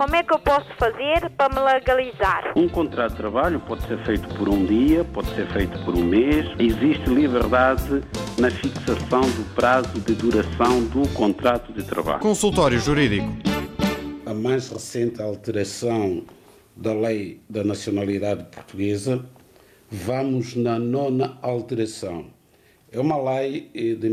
Como é que eu posso fazer para me legalizar? Um contrato de trabalho pode ser feito por um dia, pode ser feito por um mês. Existe liberdade na fixação do prazo de duração do contrato de trabalho. Consultório Jurídico. A mais recente alteração da Lei da Nacionalidade Portuguesa, vamos na 9ª alteração. É uma lei de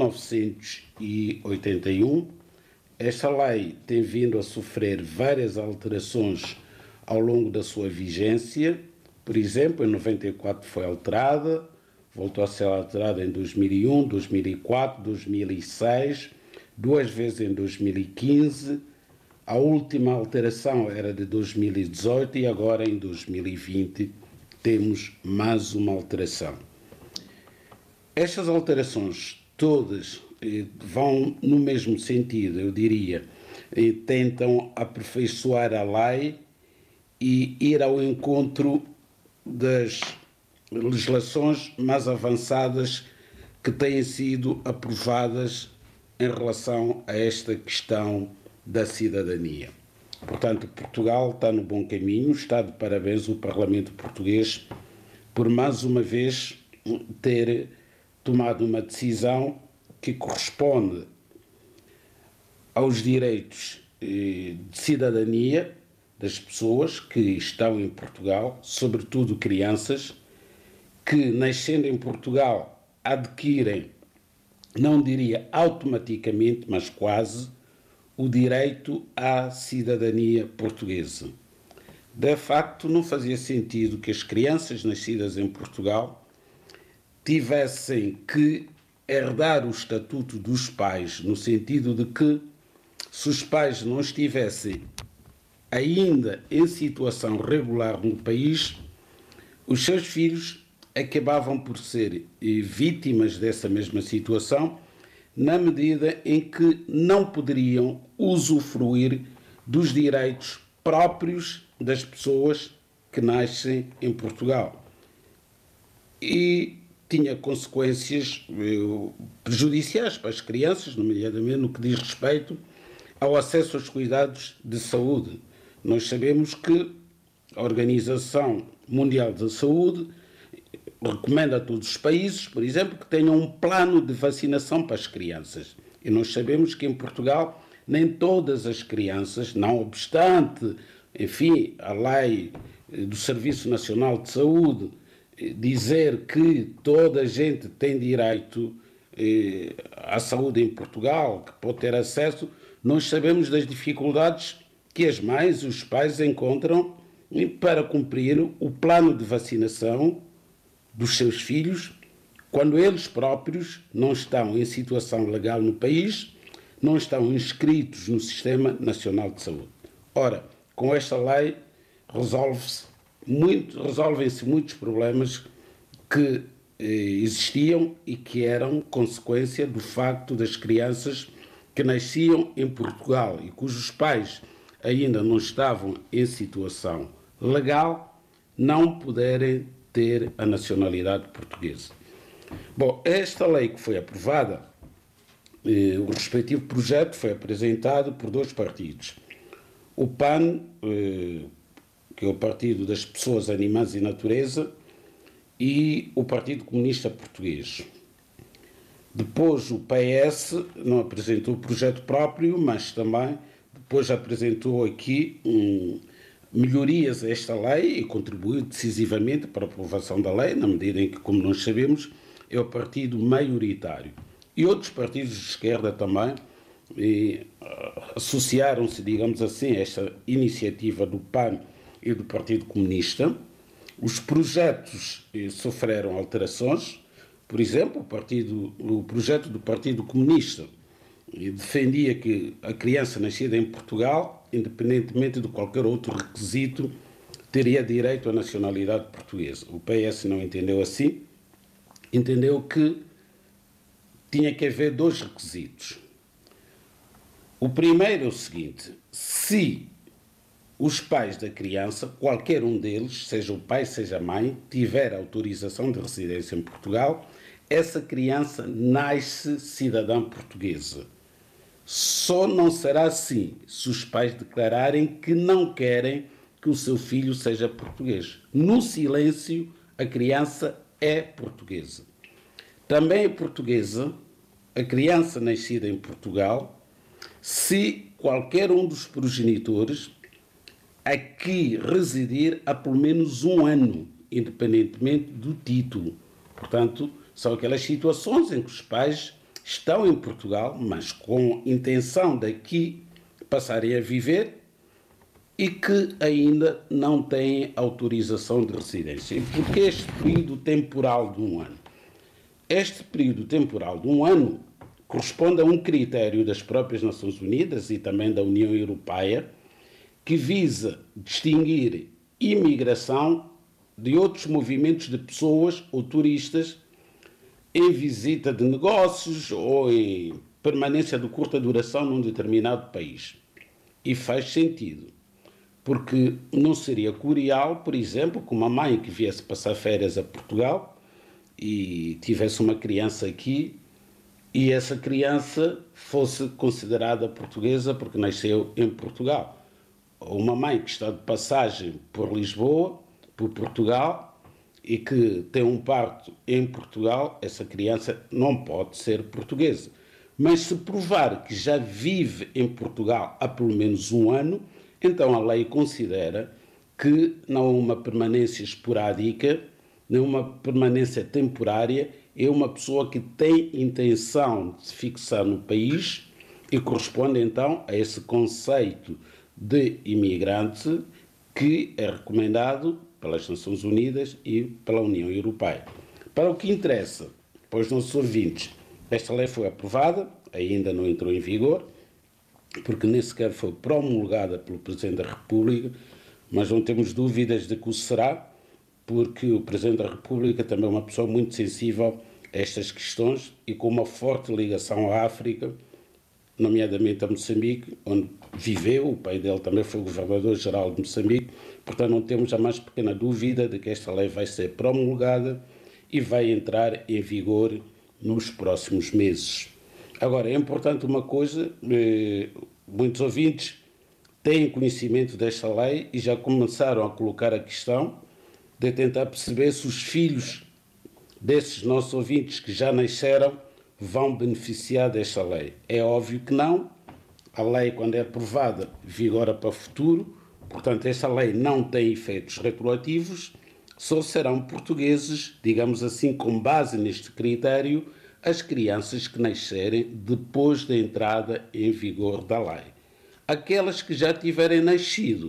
1981. Esta lei tem vindo a sofrer várias alterações ao longo da sua vigência. Por exemplo, em 94 foi alterada, voltou a ser alterada em 2001, 2004, 2006, 2 vezes em 2015. A última alteração era de 2018 e agora em 2020 temos mais uma alteração. Estas alterações todas vão no mesmo sentido, eu diria, tentam aperfeiçoar a lei e ir ao encontro das legislações mais avançadas que têm sido aprovadas em relação a esta questão da cidadania. Portanto, Portugal está no bom caminho, está de parabéns o Parlamento português por mais uma vez ter tomado uma decisão que corresponde aos direitos de cidadania das pessoas que estão em Portugal, sobretudo crianças, que nascendo em Portugal adquirem, não diria automaticamente, mas quase, o direito à cidadania portuguesa. De facto, não fazia sentido que as crianças nascidas em Portugal tivessem que herdar o estatuto dos pais, no sentido de que, se os pais não estivessem ainda em situação regular no país, os seus filhos acabavam por ser vítimas dessa mesma situação, na medida em que não poderiam usufruir dos direitos próprios das pessoas que nascem em Portugal. E tinha consequências prejudiciais para as crianças, nomeadamente no que diz respeito ao acesso aos cuidados de saúde. Nós sabemos que a Organização Mundial da Saúde recomenda a todos os países, por exemplo, que tenham um plano de vacinação para as crianças. E nós sabemos que em Portugal nem todas as crianças, não obstante, enfim, a lei do Serviço Nacional de Saúde dizer que toda a gente tem direito à saúde em Portugal, que pode ter acesso, nós sabemos das dificuldades que as mães e os pais encontram para cumprir o plano de vacinação dos seus filhos, quando eles próprios não estão em situação legal no país, não estão inscritos no Sistema Nacional de Saúde. Ora, com esta lei resolvem-se muitos problemas que existiam e que eram consequência do facto das crianças que nasciam em Portugal e cujos pais ainda não estavam em situação legal, não poderem ter a nacionalidade portuguesa. Bom, esta lei que foi aprovada, o respectivo projeto foi apresentado por 2 partidos. O PAN, que é o Partido das Pessoas, Animais e Natureza, e o Partido Comunista Português. Depois o PS não apresentou o projeto próprio, mas também depois apresentou aqui melhorias a esta lei e contribuiu decisivamente para a aprovação da lei, na medida em que, como nós sabemos, é o partido maioritário. E outros partidos de esquerda também associaram-se, digamos assim, a esta iniciativa do PAN e do Partido Comunista. Os projetos sofreram alterações. Por exemplo, o projeto do Partido Comunista defendia que a criança nascida em Portugal, independentemente de qualquer outro requisito, teria direito à nacionalidade portuguesa. O PS não entendeu assim, entendeu que tinha que haver 2 requisitos. O primeiro é o seguinte: se os pais da criança, qualquer um deles, seja o pai, seja a mãe, tiver autorização de residência em Portugal, essa criança nasce cidadã portuguesa. Só não será assim se os pais declararem que não querem que o seu filho seja português. No silêncio, a criança é portuguesa. Também é portuguesa a criança nascida em Portugal se qualquer um dos progenitores aqui residir há pelo menos um ano, independentemente do título. Portanto, são aquelas situações em que os pais estão em Portugal, mas com intenção de aqui passarem a viver e que ainda não têm autorização de residência. E por que este período temporal de um ano? Este período temporal de um ano corresponde a um critério das próprias Nações Unidas e também da União Europeia que visa distinguir imigração de outros movimentos de pessoas ou turistas em visita de negócios ou em permanência de curta duração num determinado país. E faz sentido, porque não seria curial, por exemplo, que uma mãe que viesse passar férias a Portugal e tivesse uma criança aqui e essa criança fosse considerada portuguesa porque nasceu em Portugal. Ou uma mãe que está de passagem por Lisboa, por Portugal, e que tem um parto em Portugal, essa criança não pode ser portuguesa. Mas se provar que já vive em Portugal há pelo menos um ano, então a lei considera que não é uma permanência esporádica, nem uma permanência temporária, é uma pessoa que tem intenção de se fixar no país e corresponde então a esse conceito de imigrante que é recomendado pelas Nações Unidas e pela União Europeia. Para o que interessa para os nossos ouvintes, esta lei foi aprovada, ainda não entrou em vigor, porque nem sequer foi promulgada pelo Presidente da República, mas não temos dúvidas de que o será, porque o Presidente da República também é uma pessoa muito sensível a estas questões e com uma forte ligação à África, nomeadamente a Moçambique, onde viveu, o pai dele também foi governador-geral de Moçambique, portanto não temos a mais pequena dúvida de que esta lei vai ser promulgada e vai entrar em vigor nos próximos meses. Agora, é importante uma coisa, muitos ouvintes têm conhecimento desta lei e já começaram a colocar a questão de tentar perceber se os filhos desses nossos ouvintes que já nasceram vão beneficiar desta lei. É óbvio que não. A lei, quando é aprovada, vigora para o futuro. Portanto, esta lei não tem efeitos retroativos. Só serão portugueses, digamos assim, com base neste critério, as crianças que nascerem depois da entrada em vigor da lei. Aquelas que já tiverem nascido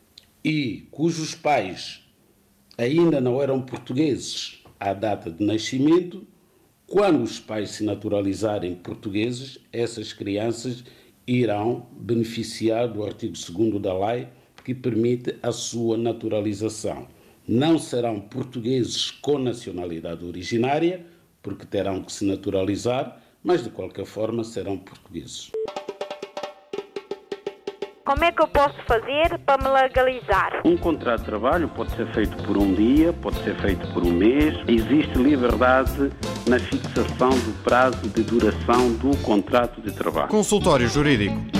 e cujos pais ainda não eram portugueses à data de nascimento, quando os pais se naturalizarem portugueses, essas crianças irão beneficiar do artigo 2º da lei que permite a sua naturalização. Não serão portugueses com nacionalidade originária, porque terão que se naturalizar, mas de qualquer forma serão portugueses. Como é que eu posso fazer para me legalizar? Um contrato de trabalho pode ser feito por um dia, pode ser feito por um mês. Existe liberdade na fixação do prazo de duração do contrato de trabalho. Consultório Jurídico.